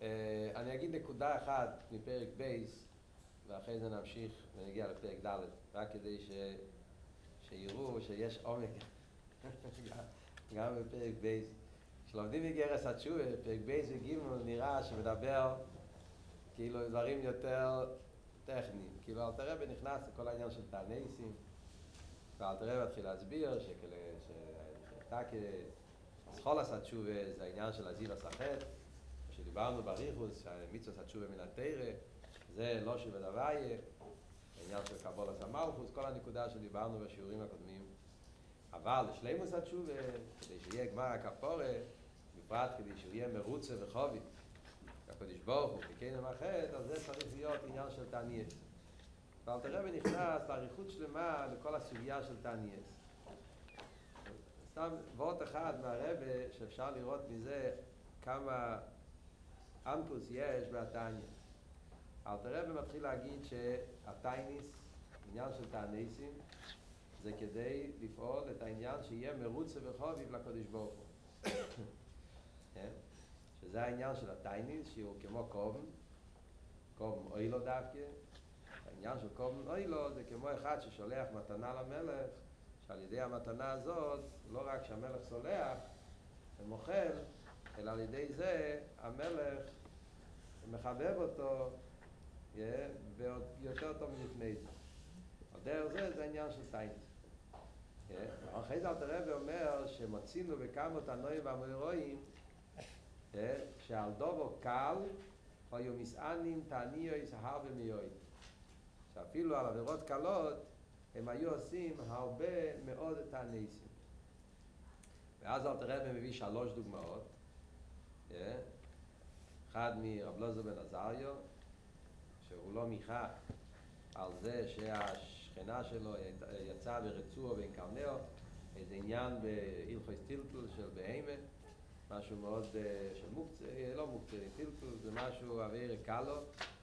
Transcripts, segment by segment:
אני אגיד נקודה אחת מפרק בייס, ואחרי זה נמשיך ונגיע לפרק ד', רק כדי שיראו שיש עומק גם בפרק בייס. כשלומדים מגרס התשובה, פרק בייס וגימל נראה שמדבר כאילו דברים יותר טכניים. כאילו אלתר רבי נכנס לכל העניין של תענייסים, ואלתר רבי התחיל להסביר סחולס התשובה זה העניין של עזיבס החטא, שדיברנו בריחוס, שהמצוות התשובה מן התורה, זה לא שבדוויה, העניין של קבולת המלכוס, כל הנקודה שדיברנו בשיעורים הקודמים. אבל לשלימוס התשובה, כדי שיהיה גמר הכפורה, בפרט כדי שהוא יהיה מרוצה וחובי, הקדוש ברוך הוא, כקיים החטא, אז זה צריך להיות עניין של תענייס. ואלתר רבי נכנס לאריכות שלמה לכל הסוגיה של תענייס. סתם וורט אחד מהרבי שאפשר לראות מזה כמה עמקוס יש בתניא. אלתר רבי מתחיל להגיד שהתייניס, עניין של תענייסים, זה כדי לפעול את העניין שיהיה מרוצה וחוביב לקדוש ברוך הוא. שזה העניין של התייניס, שהוא כמו קובן אוילו דווקא. העניין של קובן אוילו זה כמו אחד ששולח מתנה למלך, שעל ידי המתנה הזאת, לא רק שהמלך סולח ומוכל, אלא על ידי זה המלך מחבב אותו ועוד יותר טוב מלפני זה. על דרך זה העניין של תייניס. אחרי זה אלתר רבי אומר שמוצאינו בכמה תנועים והאמוראים שעל דובו קל היו מסענים תעניו הרבה מיועד. שאפילו על עבירות קלות הם היו עושים הרבה מאוד תענייסים. ואז אלתר רבי מביא 3 דוגמאות. אחד מרב אלעזר בן עזריה, שהוא לא מיכה על זה שהשכנה שלו יצאה ברצועה בין קרנאו, איזה עניין בהלכות טלטול של בהמה, משהו מאוד של מוקצה, לא מוקצה, טלטול זה משהו עבירה קלו,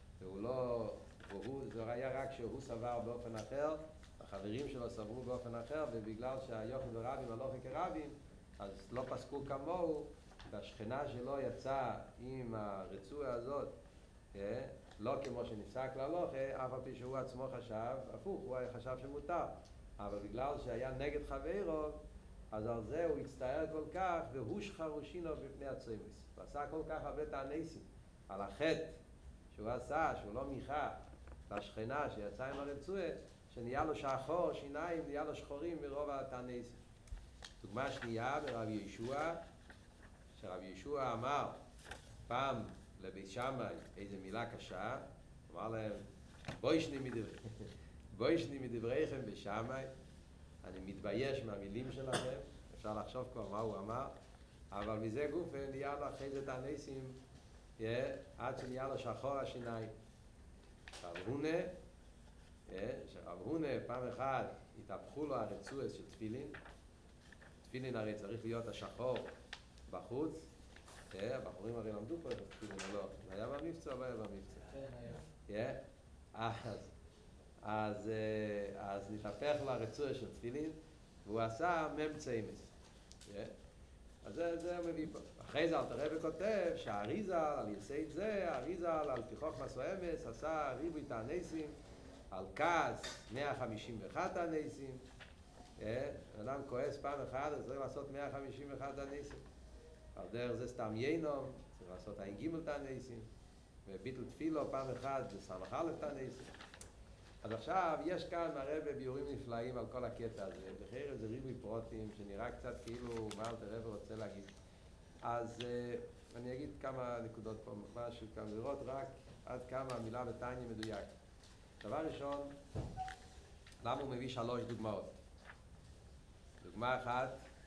זה היה רק שהוא סבר באופן אחר, החברים שלו סברו באופן אחר, ובגלל שהיוחד ורבים הלוכי כרבים, אז לא פסקו כמוהו, והשכנה שלו יצאה עם הרצועה הזאת, לא כמו שנפסק להלוכה, אף על פי שהוא עצמו חשב, הפוך, הוא חשב שמותר, אבל בגלל שהיה נגד חברו, אז על זה הוא הצטער כל כך, והוש חרושינו בפני הצומס. הוא עשה כל כך הרבה תענייסים על החטא שהוא עשה, שהוא לא מיכה לשכנה שיצאה עם הרצועה, שנהיה לו שחור, שיניים, נהיה לו שחורים מרוב התענייסים. דוגמה שנייה ברבי ישוע, שרבי ישוע אמר פעם לבית שמאי איזה מילה קשה, אמר להם בוישני מדבריכם בשמאי, אני מתבייש מהמילים שלכם, אפשר לחשוב כבר מה הוא אמר, אבל מזה גוף נהיה לו אחרי זה תענייסים עד שנהיה לו שחור השיניים. שרב הונה פעם אחת התהפכו לו הרצועות של תפילין הרי צריך להיות השחור בחוץ, הבחורים הרי למדו פה את התפילין או לא, היה במבצע או לא היה במבצע? כן, היה. אז נתהפך לו הרצועה של תפילין והוא עשה ציימס. אז זה מביא פה. אחרי זה אלתר רבי כותב שהאריזל על יסוד זה, האריזל על פי חוכמה אמס עשה ריבוי תענייסים, על כעס 151 תענייסים. אדם כועס פעם אחת, אז צריך לעשות 151 תענייסים. על דרך זה סתם ינום, צריך לעשות עין גימל תענייסים, וביטל תפילו פעם אחת זה סמך א' תענייסים. אז עכשיו יש כאן מהרבי ביורים נפלאים על כל הקטע הזה, בחרב זה ריבוי פרוטים שנראה קצת כאילו מה אלתר רבי רוצה להגיד. אז אני אגיד כמה נקודות פה, משהו כאן לראות רק עד כמה המילה בתניא מדויק. דבר ראשון, למה הוא מביא 3 דוגמאות? דוגמה אחת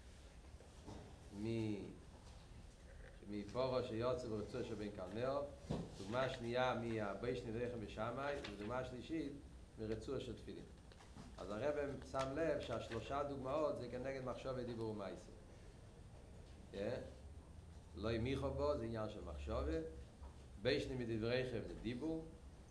מפורו שיוצא ברצועה שבין קרנאו, דוגמה שנייה מהבוישני מדבריכם בשמאי, ודוגמה שלישית מרצועה של תפילין. אז הרב שם לב שה3 דוגמאות זה כנגד מחשבה דיבור ומעשה. לא ימיכו בו זה עניין של מחשבה, בוישני מדבריכם זה דיבור,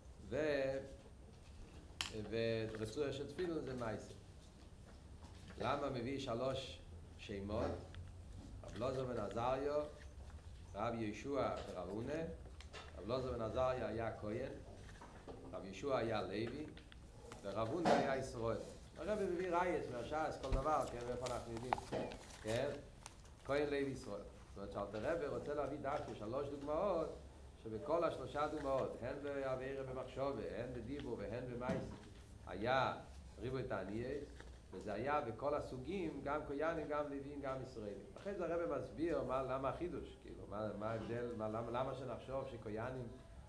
ורצועה של תפילין זה מעשה. למה מביא 3 שמות? רב אלעזר בן עזריה, רבי ישוע ורב הונה, רב אלעזר בן עזריה היה כהן, רב ישוע היה לוי, ורב הונא היה ישראל. הרב מביא רייס מהש"ס, כל דבר, כן, ואיפה אנחנו יודעים, כן? כהן לוי ישראל. זאת אומרת שאלתר רבי רוצה להביא דווקא 3 דוגמאות, שבכל השלושה דוגמאות, הן בעבירה במחשבה, הן בדיבור והן במעשה, היה ריבוי תעניות, וזה היה בכל הסוגים, גם כהנים, גם לוויים, גם ישראלים. אחרי זה הרב מסביר למה החידוש, כאילו, מה ההבדל, למה שנחשוב שכהנים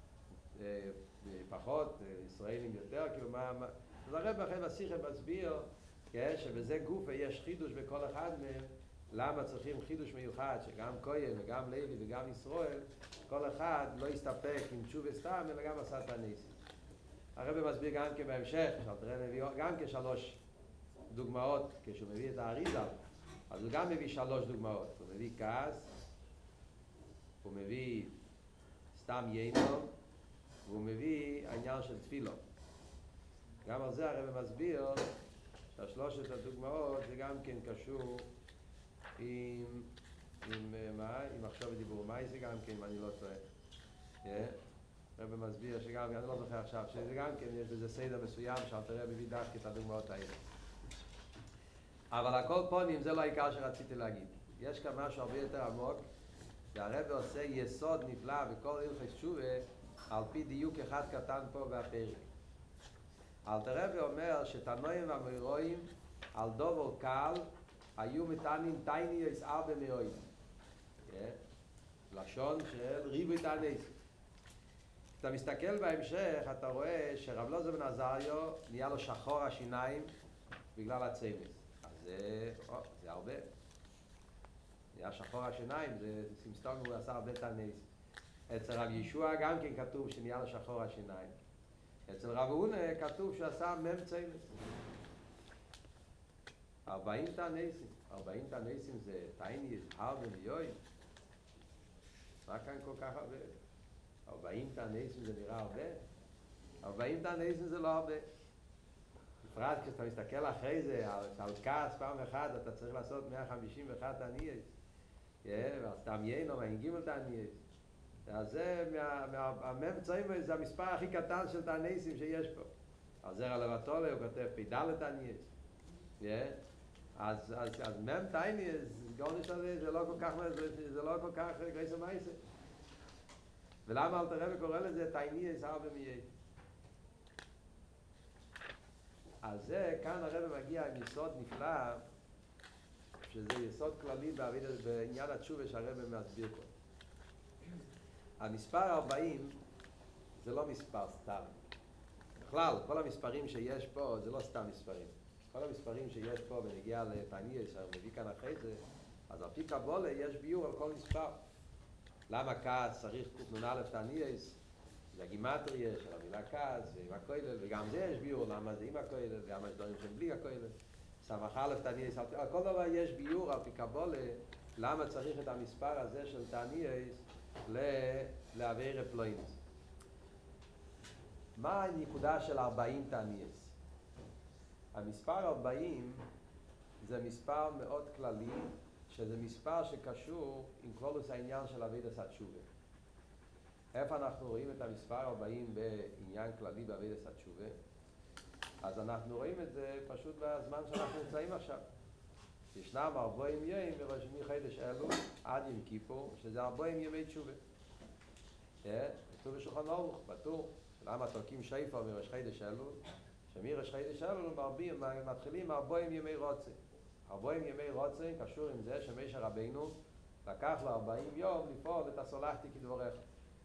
פחות, ישראלים יותר, כאילו, אז הרב אחרי בשיחה מסביר, כן, שבזה גוף יש חידוש בכל אחד מהם, למה צריכים חידוש מיוחד שגם כהן וגם לוי וגם ישראל, כל אחד לא יסתפק עם תשובה סתם, אלא גם עשה את הניסים. הרב מסביר גם כן בהמשך, שאלתר מביא גם כשלוש דוגמאות, כשהוא מביא את האריזה, אז הוא גם מביא 3 דוגמאות. הוא מביא כעס, הוא מביא סתם יינו, והוא מביא העניין של תפילו. גם על זה הרב מסביר שהשלושת הדוגמאות זה גם כן קשור עם מחשב ודיבור מעשה גם כן, אם אני לא טועה. הרב מסביר שגם, אני לא זוכר עכשיו, שזה גם כן, יש בזה סדר מסוים שאלתר רבי מביא דווקא את הדוגמאות האלה. אבל הכל פונים, זה לא העיקר שרציתי להגיד. יש כאן משהו הרבה יותר עמוק, והרב עושה יסוד נפלא בכל הלכות תשובה, על פי דיוק אחד קטן פה בפרק. אלתר רבי אומר שתנועים והאמוראים על דובר קל היו מתענים תעניות הרבה מאוד. לשון של ריבוי תעניות. כשאתה מסתכל בהמשך, אתה רואה שרב אלעזר בן עזריה נהיה לו שחור השיניים בגלל הצמס. אז זה הרבה. נהיה שחור השיניים, זה סימסטום, הוא עשה הרבה תעניות. אצל רב ישוע גם כן כתוב שנהיה לו שחור השיניים. אצל רב הונא כתוב שעשה צמס. 40 תעניות. 40 תעניות זה תעניות הרבה מאוד. מה כאן כל כך הרבה? 40 תעניות זה נראה הרבה? 40 תעניות זה לא הרבה. בפרט כשאתה מסתכל אחרי זה על כעס פעם אחת, אתה צריך לעשות 151 תעניות. ועל סתם יינו, מהנגימל תעניות. אז זה, צמס זה המספר הכי קטן של תעניות שיש פה. על זה רלוותולה הוא כותב פ"ד תעניות. אז תעניות, גורניש הזה, זה לא כל כך גרייסר מייסר. ולמה אלתר רבי קורא לזה תעניות הרבה מאוד? אז זה, כאן הרב מגיע עם יסוד נפלא, שזה יסוד כללי בעניין התשובה שהרב מסביר פה. המספר 40 זה לא מספר סתם. בכלל, כל המספרים שיש פה זה לא סתם מספרים. כל המספרים שיש פה בנגיע לתעניות שאני מביא כאן אחרי זה, אז על פי קבולה יש ביור על כל מספר. למה כעס צריך קנ"א תעניות? זה הגימטריה של המילה כעס ועם הכולל, וגם זה יש ביור למה זה עם הכולל, וגם יש דברים שהם בלי הכולל. סמך א' תעניות, על כל דבר יש ביור על פי קבולה למה צריך את המספר הזה של תעניות לעבירה פלוינית. מה הנקודה של 40 תעניות? המספר 40 זה מספר מאוד כללי, שזה מספר שקשור עם כלולוס העניין של עבודת התשובה. איפה אנחנו רואים את המספר 40 בעניין כללי בעבודת התשובה? אז אנחנו רואים את זה פשוט בזמן שאנחנו נמצאים עכשיו. ישנם 40 ימים מחודש אלול עד יום כיפור, שזה 40 ימי תשובה. כתוב בשולחן ערוך, בטור, למה תוקעים שופר מראש חודש אלול? שמראש חודש אלול מתחילים 40 ימי רוצה. 40 ימי רוצה קשור עם זה שמשה רבינו לקח לו 40 יום לפעול את הסולחתי כדבריך.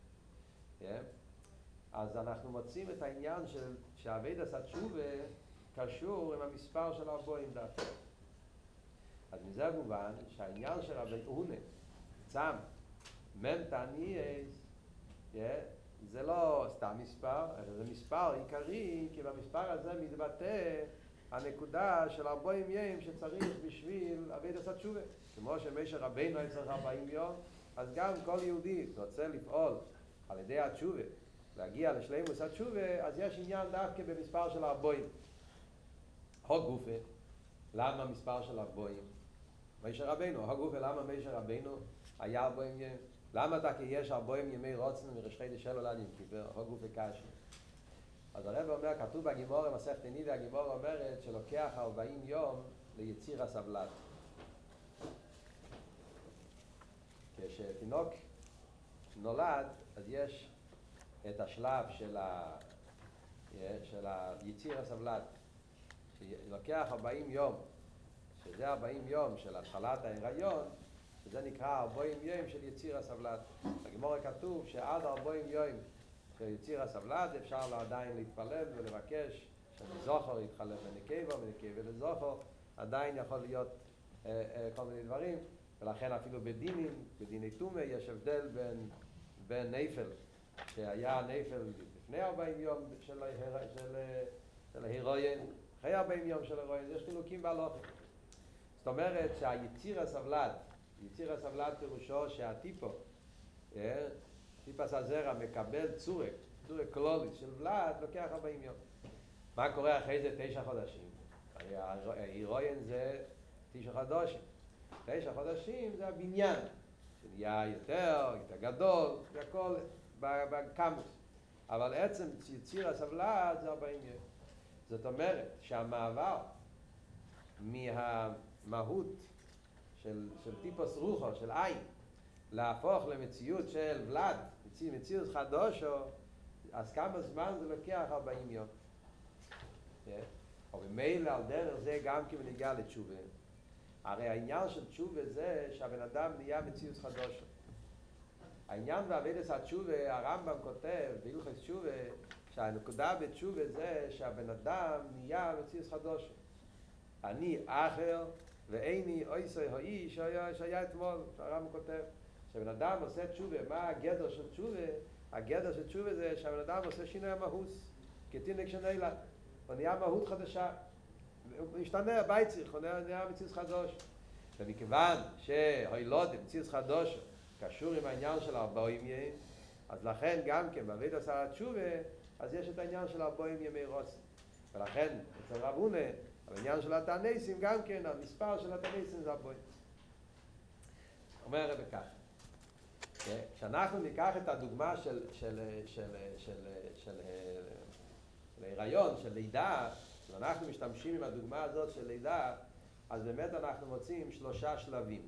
אז אנחנו מוצאים את העניין שעבודת התשובה קשור עם המספר של 40 דווקא. אז מזה מובן שהעניין של רבי הונא צם תעניות זה לא סתם מספר, אלא זה מספר עיקרי, כי במספר הזה מתבטא הנקודה של 40 ימים שצריך בשביל עבודת התשובה. כמו שמשה רבינו היה צריך 40 יום, אז גם כל יהודי רוצה לפעול על ידי התשובה, להגיע לשלימוס התשובה, אז יש עניין דווקא במספר של 40. הוג גופה, למה מספר של 40? משה רבינו, הוג גופה, למה משה רבינו היה 40 ימים? למה אתה כי יש 40 ימי רוצן מראש חודש אלול עד יום כיפור, אחר גוף וקשה. אז הרב אומר, כתוב בגימורה, מסכת נידה, הגימורה אומרת שלוקח 40 יום ליציר הסבלת. כשתינוק נולד, אז יש את השלב של היציר הסבלת, שלוקח 40 יום, שזה 40 יום של התחלת ההיריון, שזה נקרא 40 יום של יציר הסבלת. בגימורה כתוב שעד 40 יום של יציר הסבלת אפשר לו עדיין להתפלל ולבקש שלזוכר יתחלף לנקבה ונקבה לזוכר, עדיין יכול להיות כל מיני דברים, ולכן אפילו בדינים, בדיני תומה, יש הבדל בין נפל, שהיה נפל לפני 40 יום של ההיריון, אחרי 40 יום של ההיריון, יש חילוקים בהלכה. זאת אומרת שהיציר הסבלת, יציר הסבלת פירושו שהטיפו, טיפס הזרע מקבל צורה קלולית של ולד, לוקח 40 יום. מה קורה אחרי זה 9 חודשים? ההיריון זה 9 חודשים. 9 חודשים זה הבניין, שנהיה יותר גדול, זה הכל בקמוס. אבל עצם יציר הסבלת זה 40 יום. זאת אומרת שהמעבר מהמהות של טיפוס רוחו, של עין, להפוך למציאות של ולד, מציאות חדושו, אז כמה זמן זה לוקח? 40 יום. אבל ממילא על דרך זה גם כמנהיגה לתשובה. הרי העניין של תשובה זה שהבן אדם נהיה מציאות חדושו. העניין בעבודת התשובה, הרמב"ם כותב בהלכות תשובה, שהנקודה בתשובה זה שהבן אדם נהיה מציאות חדושו. אני אחר ואיני אויסוי האיש שהיה אתמול, שהרמב"ם כותב. כשבן אדם עושה תשובה, מה הגדר של תשובה? הגדר של תשובה זה שהבן אדם עושה שינוי המהות, כתינוק שנולד, הוא נהיה מהות חדשה, הוא משתנה, הבייצריך, הוא נהיה מציאות חדוש. ומכיוון שהילוד מציאות חדוש קשור עם העניין של 40 ימים, אז לכן גם כן בעבודת התשובה, אז יש את העניין של 40 ימי רוצן. ולכן אצל רב הונא, העניין של התעניסים גם כן, המספר של התעניסים זה 40. אומר הרב כך, כשאנחנו ניקח את הדוגמה של ההיריון, של לידה, ואנחנו משתמשים עם הדוגמה הזאת של לידה, אז באמת אנחנו מוצאים 3 שלבים.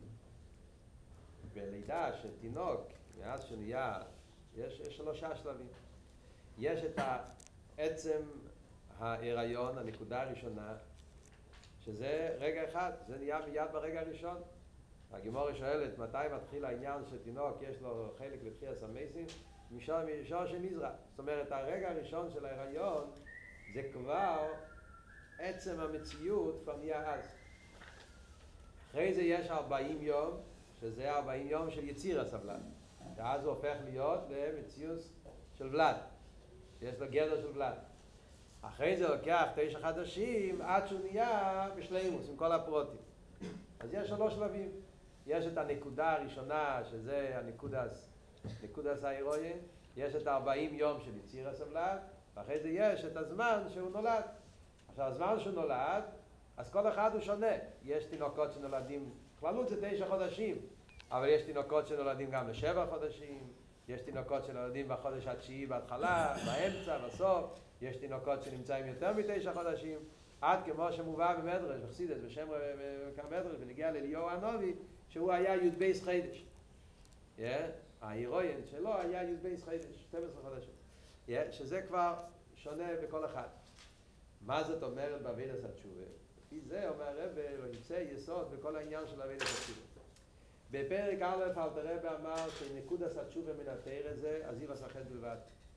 בלידה של תינוק, מאז שנהיה, יש 3 שלבים. יש את עצם ההיריון, הנקודה הראשונה, שזה רגע אחד, זה נהיה מיד ברגע הראשון. הגימורה שואלת מתי מתחיל העניין שתינוק יש לו חלק לתחיית המתים, מישור שנזרע. זאת אומרת, הרגע הראשון של ההיריון זה כבר עצם המציאות כבר נהיה אז. אחרי זה יש 40 יום, שזה 40 יום של יציר הסבלת, ואז הוא הופך להיות למציאות של ולד, שיש לו גדר של ולד. אחרי זה לוקח 9 חודשים עד שהוא נהיה בשלימוס עם כל הפרוטים. אז יש 3 שלבים. יש את הנקודה הראשונה, שזה הנקודס ההיריון, יש את 40 יום של יציר הסבלת, ואחרי זה יש את הזמן שהוא נולד. עכשיו, הזמן שהוא נולד, אז כל אחד הוא שונה. יש תינוקות שנולדים, כללות זה 9 חודשים, אבל יש תינוקות שנולדים גם ל7 חודשים, יש תינוקות שנולדים בחודש התשיעי בהתחלה, באמצע, בסוף, יש תינוקות שנמצאים יותר מ9 חודשים, עד כמו שמובא במדרש, בחסידות, בשם מדרש, ונגיע לאליהו הנביא, שהוא היה י' בייס חודש. ההיריון שלו היה י' בייס חודש, 12 חודשים. שזה כבר שונה בכל אחד. מה זאת אומרת בעבודת התשובה? לפי זה אומר הרב, לא יצא יסוד בכל העניין של עבודת התשובה. בפרק א' אלתר רבי אמר שנקודת התשובה מן התורה זה עזיב הסחט בלבד.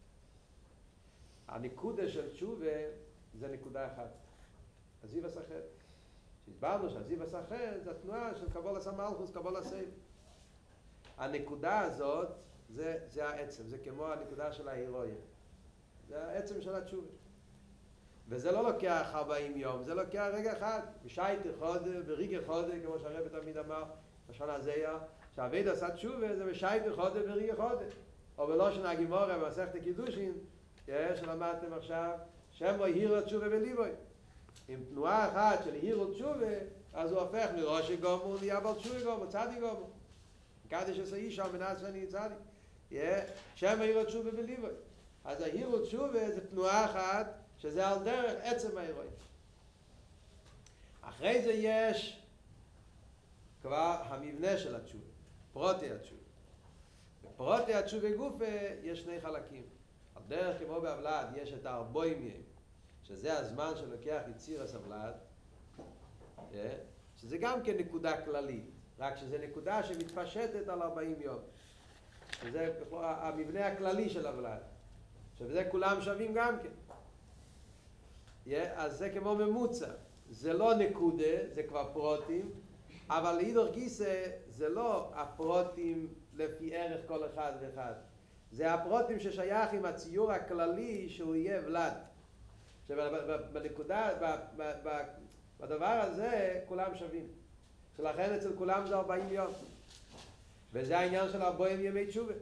הנקודה של תשובה זה נקודה אחת. עזיב הסחט. שהסברנו שעזיב הסחט זה התנועה של קבולת המלכות, קבולת הסייף. הנקודה הזאת זה העצם, זה כמו הנקודה של ההיריון. זה העצם של התשובה. וזה לא לוקח 40 יום, זה לוקח רגע אחד, בשייט חודש, ברגע חודש, כמו שהרב תמיד אמר, בשנה הזיה, שהעבודת התשובה זה בשייט חודש ברגע חודש. או בלושן הגימורה במסכת קידושין, שלמדתם עכשיו, שם הירו תשובה בליבוי. עם תנועה אחת של הירו תשובה, אז הוא הופך מראש גומר, נהיה בעל תשובה גומר, צדיק גומר. קדש עשה איש על מנת שאני צדיק. שם הירות תשובה בליבוי. אז הירות תשובה זה תנועה אחת, שזה על דרך עצם האירועים. אחרי זה יש כבר המבנה של התשובה, פרוטי התשובה. בפרוטי התשובה גופה יש שני חלקים. על דרך כמו בהבלד יש את הארבעים, שזה הזמן שלוקח יציר הסבלד, שזה גם כן נקודה כללית, רק שזה נקודה שמתפשטת על 40 יום. שזה המבנה הכללי של הבלד. שבזה כולם שווים גם כן. אז זה כמו ממוצע. זה לא נקודה, זה כבר פרוטים, אבל להידור גיסא זה לא הפרוטים לפי ערך כל אחד ואחד. זה הפרוטים ששייך עם הציור הכללי שהוא יהיה ולד. שבנקודה, בדבר הזה כולם שווים. שלכן אצל כולם זה 40 יום. וזה העניין של 40 ימי תשובה.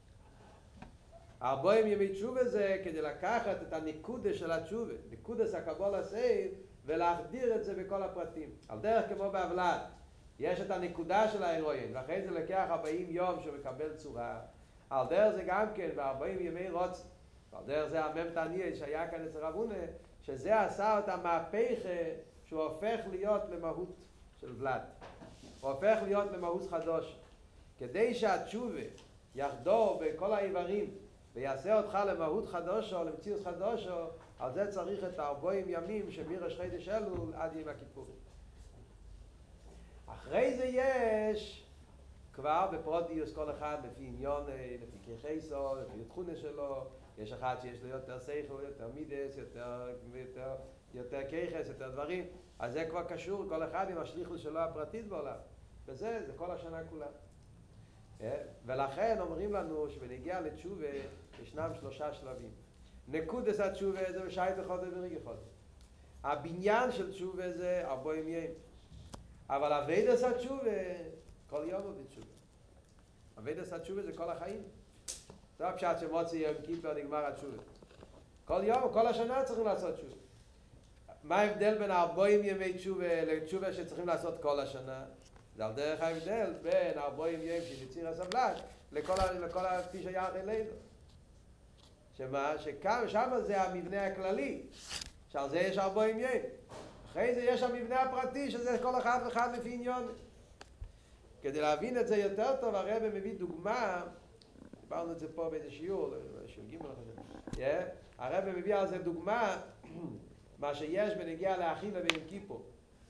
40 ימי תשובה זה כדי לקחת את הנקודה של התשובה, נקודס הקבלה סייב, ולהחדיר את זה בכל הפרטים. על דרך כמו בהבלד, יש את הנקודה של האירועים, ואחרי זה לקח 40 יום שמקבל צורה. על דרך זה גם כן, ב-40 ימי רוץ, על דרך זה המם תעניה שהיה כאן אצל רב הונא, שזה עשה אותה מהפכה שהוא הופך להיות למהות של ולד. הוא הופך להיות למהות חדוש. כדי שהתשובה יחדור בכל האיברים ויעשה אותך למהות חדושו, למציאות חדושו, על זה צריך את 40 ימים שמראש חודש אלול עד יום הכיפור. אחרי זה יש כבר בפרוטיוס כל אחד לפי עניון, לפי כיחסו, לפי תכונה שלו. יש אחד שיש לו יותר שכל, יותר מידס, יותר כיחס, יותר דברים. אז זה כבר קשור כל אחד עם השליחות שלו הפרטית בעולם. וזה, זה כל השנה כולה. ולכן אומרים לנו שבנגיע לתשובה ישנם 3 שלבים. נקודס התשובה זה בשייט חודש ורגע חודש. הבניין של תשובה זה 40 ימים. אבל אביידס התשובה כל יום הוא בתשובה. אביידס התשובה זה כל החיים. זה הפשט שמוציא יום כיפר נגמר התשובה. כל יום, כל השנה צריכים לעשות תשובה. מה ההבדל בין 40 ימי תשובה לתשובה שצריכים לעשות כל השנה? זה על דרך ההבדל בין 40 ימים של יציר הסבלד לכל כפי שהיה אלינו. ששם זה המבנה הכללי, שעל זה יש 40 ימים. אחרי זה יש המבנה הפרטי, שזה כל אחד ואחד לפי עניון. כדי להבין את זה יותר טוב, הרב מביא דוגמה, דיברנו את זה פה באיזה שיעור, הרב מביא על זה דוגמה, מה שיש בנגיע לאכילה ביום כיפור.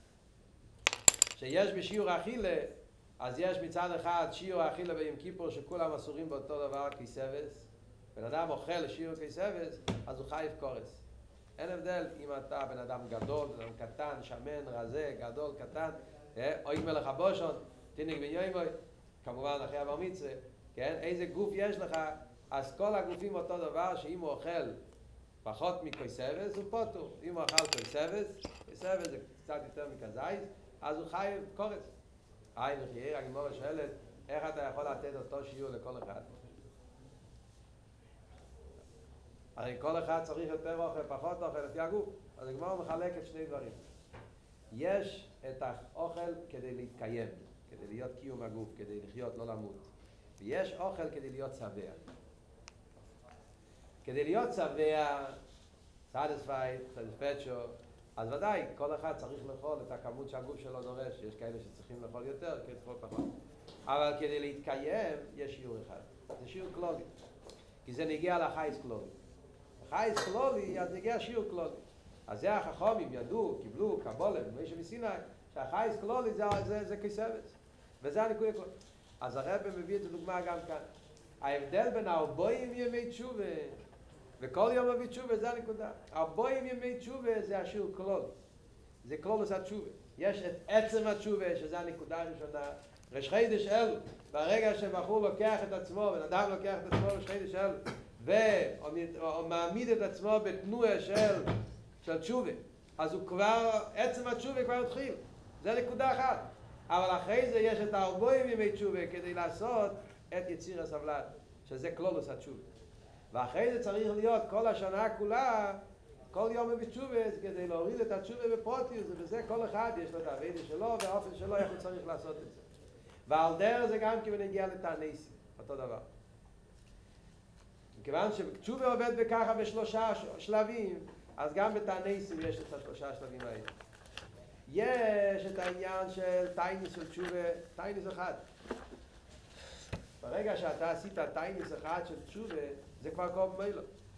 שיש בשיעור האכילה, אז יש מצד אחד שיעור האכילה ביום כיפור שכולם אסורים באותו דבר כיסבס. בן אדם אוכל שיעור כיסבס, אז הוא חייב קורס. אין הבדל אם אתה בן אדם גדול, בן אדם קטן, שמן, רזה, גדול, קטן, או אם מלך הבושון, תינק בן יוימוי, כמובן אחרי עבר מצווה, כן? איזה גוף יש לך, אז כל הגופים אותו דבר, שאם הוא אוכל פחות מכיסבס, הוא פוטור. אם הוא אכל כיסבס זה קצת יותר מכזית, אז הוא חייב קורס. וכי הגמרא שואלת, איך אתה יכול לתת אותו שיעור לכל אחד? הרי כל אחד צריך יותר אוכל, פחות אוכל, לפי הגוף. אז הגמרא מחלקת 2 דברים. יש את האוכל כדי להתקיים, כדי להיות קיום הגוף, כדי לחיות, לא למות. ויש אוכל כדי להיות שבע. כדי להיות שבע, satisfied, אז ודאי, כל אחד צריך לאכול את הכמות שהגוף שלו דורש. יש כאלה שצריכים לאכול יותר, כאלה לאכול פחות. אבל כדי להתקיים, יש שיעור אחד. זה שיעור כלולי. כי זה נגיע לחייס כלולי. חייס כלולי, אז נגיע שיעור כלולי. אז זה החכמים ידעו, קיבלו, קבולת, מישהו מסיני, שהחייס כלולי זה כיסבס. וזה הנקודה כלולי. אז הרב מביא את הדוגמה גם כאן. ההבדל בין 40 ימי תשובה וכל יום מביא תשובה, זה הנקודה. 40 ימי תשובה זה השיעור כלול. זה כלולוס התשובה. יש את עצם התשובה, שזה הנקודה הראשונה. ראש חודש אלול, ברגע שבחור לוקח את עצמו, בן אדם לוקח את עצמו ראש חודש אלול, והוא מעמיד את עצמו בתנועה של תשובה, אז הוא כבר, עצם התשובה כבר התחיל. זה נקודה אחת. אבל אחרי זה יש את 40 ימי תשובה כדי לעשות את יציר הסבלד, שזה כלולוס התשובה. ואחרי זה צריך להיות כל השנה כולה, כל יום בתשובה, כדי להוריד את התשובה בפרוטיוס, ובזה כל אחד יש לו את העבודה שלו והאופן שלו איך הוא צריך לעשות את זה. ועל דרך זה גם כן נגיע לתעניסים, אותו דבר. מכיוון שתשובה עובד בככה בשלושה שלבים, אז גם בתעניסים יש את השלושה השלבים האלה. יש את העניין של טייניס של תשובה, טייניס אחד. ברגע שאתה עשית טייניס אחד של תשובה, זה כבר קום מילו.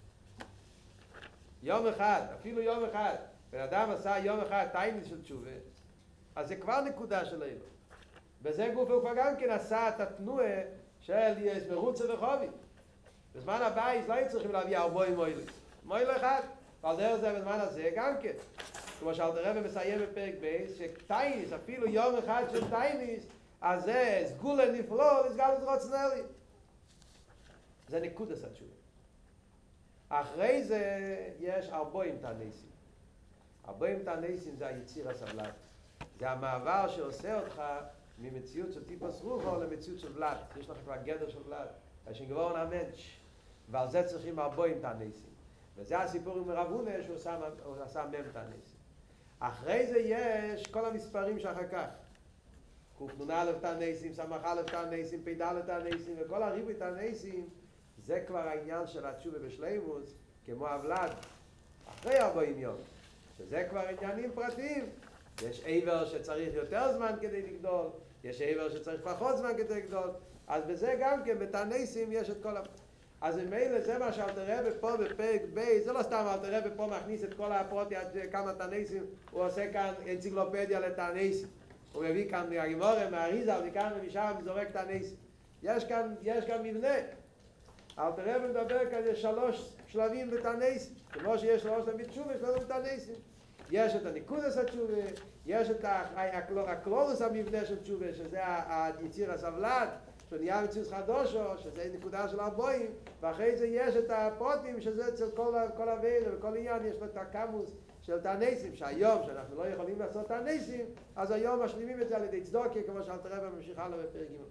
יום אחד, אפילו יום אחד, בן אדם עשה יום אחד טייניס של תשובה, אז זה כבר נקודה של אילו. בזה גוף הוא כבר גם כן עשה את התנועה של מרוצה וחובי. בזמן הבייס לא היו צריכים להביא 40 מוילים. מויל אחד, ועל דרך זה בזמן הזה גם כן. כמו שאלתר רבי מסיים בפרק בייס, שטייניס, אפילו יום אחד של טייניס, אז זה סגולה נפלא לסגל לזרוצנלי. זה נקודס התשובה. אחרי זה יש 40 תעניסים. 40 תעניסים זה היציר הסבלת. זה המעבר שעושה אותך ממציאות של טיפוס רוחו למציאות של ולד. יש לך כבר גדר של ולד. יש גבורן המנש. ועל זה צריכים 40 תעניסים. וזה הסיפור עם רב הונא שהוא עשה מם תעניסים. אחרי זה יש כל המספרים שאחר כך. קנ"א תעניסים, ס"א תעניסים, פ"ד תעניסים, וכל הריבוי תעניסים, זה כבר העניין של התשובה בשלימוס, כמו הוולד, אחרי 40 יום, שזה כבר עניינים פרטיים. יש עבר שצריך יותר זמן כדי לגדול, יש עבר שצריך פחות זמן כדי לגדול, אז בזה גם כן, בתעניסים יש את כל אז ממילא זה מה שאלתר רבי פה בפרק ב', זה לא סתם אלתר רבי פה מכניס את כל הפרוטי עד כמה תעניסים, הוא עושה כאן אנציקלופדיה לתעניסים. הוא מביא כאן מהגימורה, מהאריזה, מכאן ומשם, זורק תעניסים. יש כאן מבנה. אלתר רבי מדבר כאן, יש 3 שלבים בתעניסים. כמו שיש 3 שלבים בתשובה, יש לנו בתעניסים. יש את הניקודס התשובה, יש את הקלורוס המבנה של תשובה, שזה היציר הסבלת, שנהיה מציאות חדושו, שזה נקודה של 40, ואחרי זה יש את הפרוטים, שזה אצל כל הווירה וכל עניין, יש לו את הקמוס של תעניסים, שהיום שאנחנו לא יכולים לעשות תעניסים, אז היום משלימים את זה על ידי צדוקה, כמו שאלתר רבי ממשיך הלאה בפרק ג'.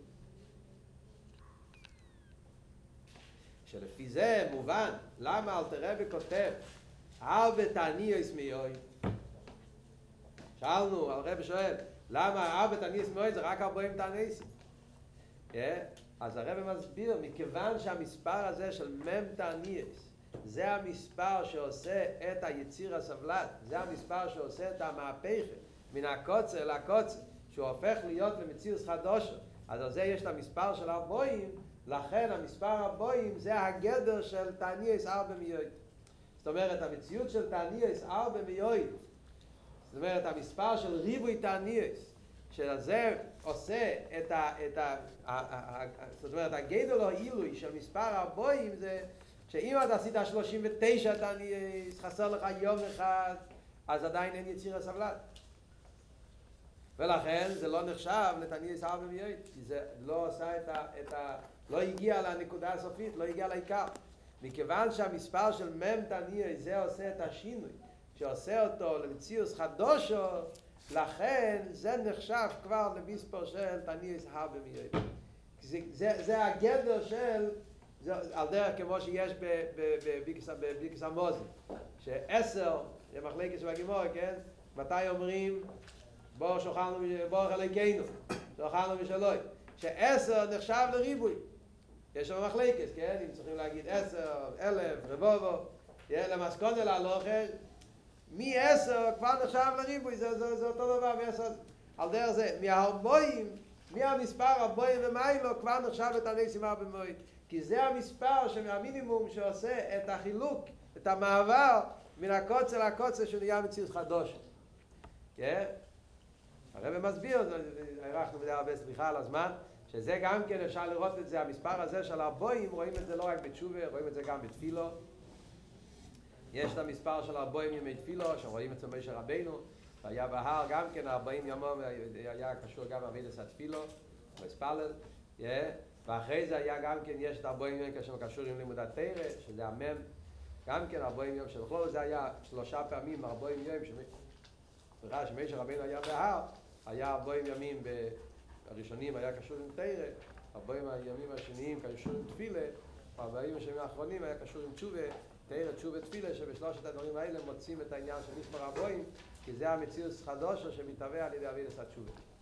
שלפי זה מובן למה אלתר רבי כותב הרבה תעניוס מיוי. שאלנו, הרבי שואל, למה הרבה תעניוס מיוי זה רק 40 תעניסים? אז הרבי מסביר, מכיוון שהמספר הזה של מם תעניוס זה המספר שעושה את היציר הסבלת, זה המספר שעושה את המהפכה מן הקוצר לקוצר, שהוא הופך להיות למציאות חדושה. אז על זה יש את המספר של 40, לכן המספר 40 זה הגדר של תעניוס 4 מיועד. זאת אומרת, המציאות של תעניוס 4 מיועד, זאת אומרת, המספר של ריבוי תעניוס, שזה עושה זאת אומרת, הגדר או עילוי של מספר 40 זה שאם אתה עשית 39 תעניוס, חסר לך יום אחד, אז עדיין אין יציר הסבלת. ולכן זה לא נחשב לתעניוס 4 מיועד, כי זה לא עושה לא הגיע לנקודה הסופית, לא הגיע לעיקר. מכיוון שהמספר של מם תעניוס זה עושה את השינוי, שעושה אותו למציאות חדושו, לכן זה נחשב כבר למספר של תעניוס 4 מיועד. זה הגדר של, על דרך כמו שיש בביקוס המוזן, ש10, זה מחלקת שבגימור, כן? מתי אומרים, בוא חלקנו, שוכלנו משלוי. ש10 נחשב לריבוי. יש שם מחלקת, כן? אם צריכים להגיד 10, 1000, רבובו, למסכונה להלוכה, מ10 כבר נחשב לריבוי, זה אותו דבר, על דרך זה, מהמספר 40 ומיילו כבר נחשב לתעניסים 4 מיועד. כי זה המספר מהמינימום שעושה את החילוק, את המעבר מן הקוצר לקוצר שנהיה מציאות חדושה. הרבי מסביר, הערכנו בדי הרבה סליחה על הזמן, שזה גם כן אפשר לראות את זה, המספר הזה של 40, רואים את זה לא רק בתשובה, רואים את זה גם בתפילו. יש את המספר של 40 ימי תפילו, שרואים את זה משה רבינו, והיה בהר גם כן 40 ימום, היה קשור גם עבודת התפילו, מספלל, ואחרי זה היה גם כן, יש את 40 יום קשור עם לימוד התורה, שזה המם, גם כן 40 יום שבכלול זה היה 3 פעמים 40 יום, שמשה רבינו היה בהר, היה 40 ימים הראשונים היה קשור עם תורה, 40 הימים השניים קשור עם תפילה, 40 השנים האחרונים היה קשור עם תשובה, תורה, תשובה, תפילה, שבשלושת הדברים האלה מוצאים את העניין של מספר 40, כי זה המציאות חדושה שמתהווה על ידי עבודת התשובה.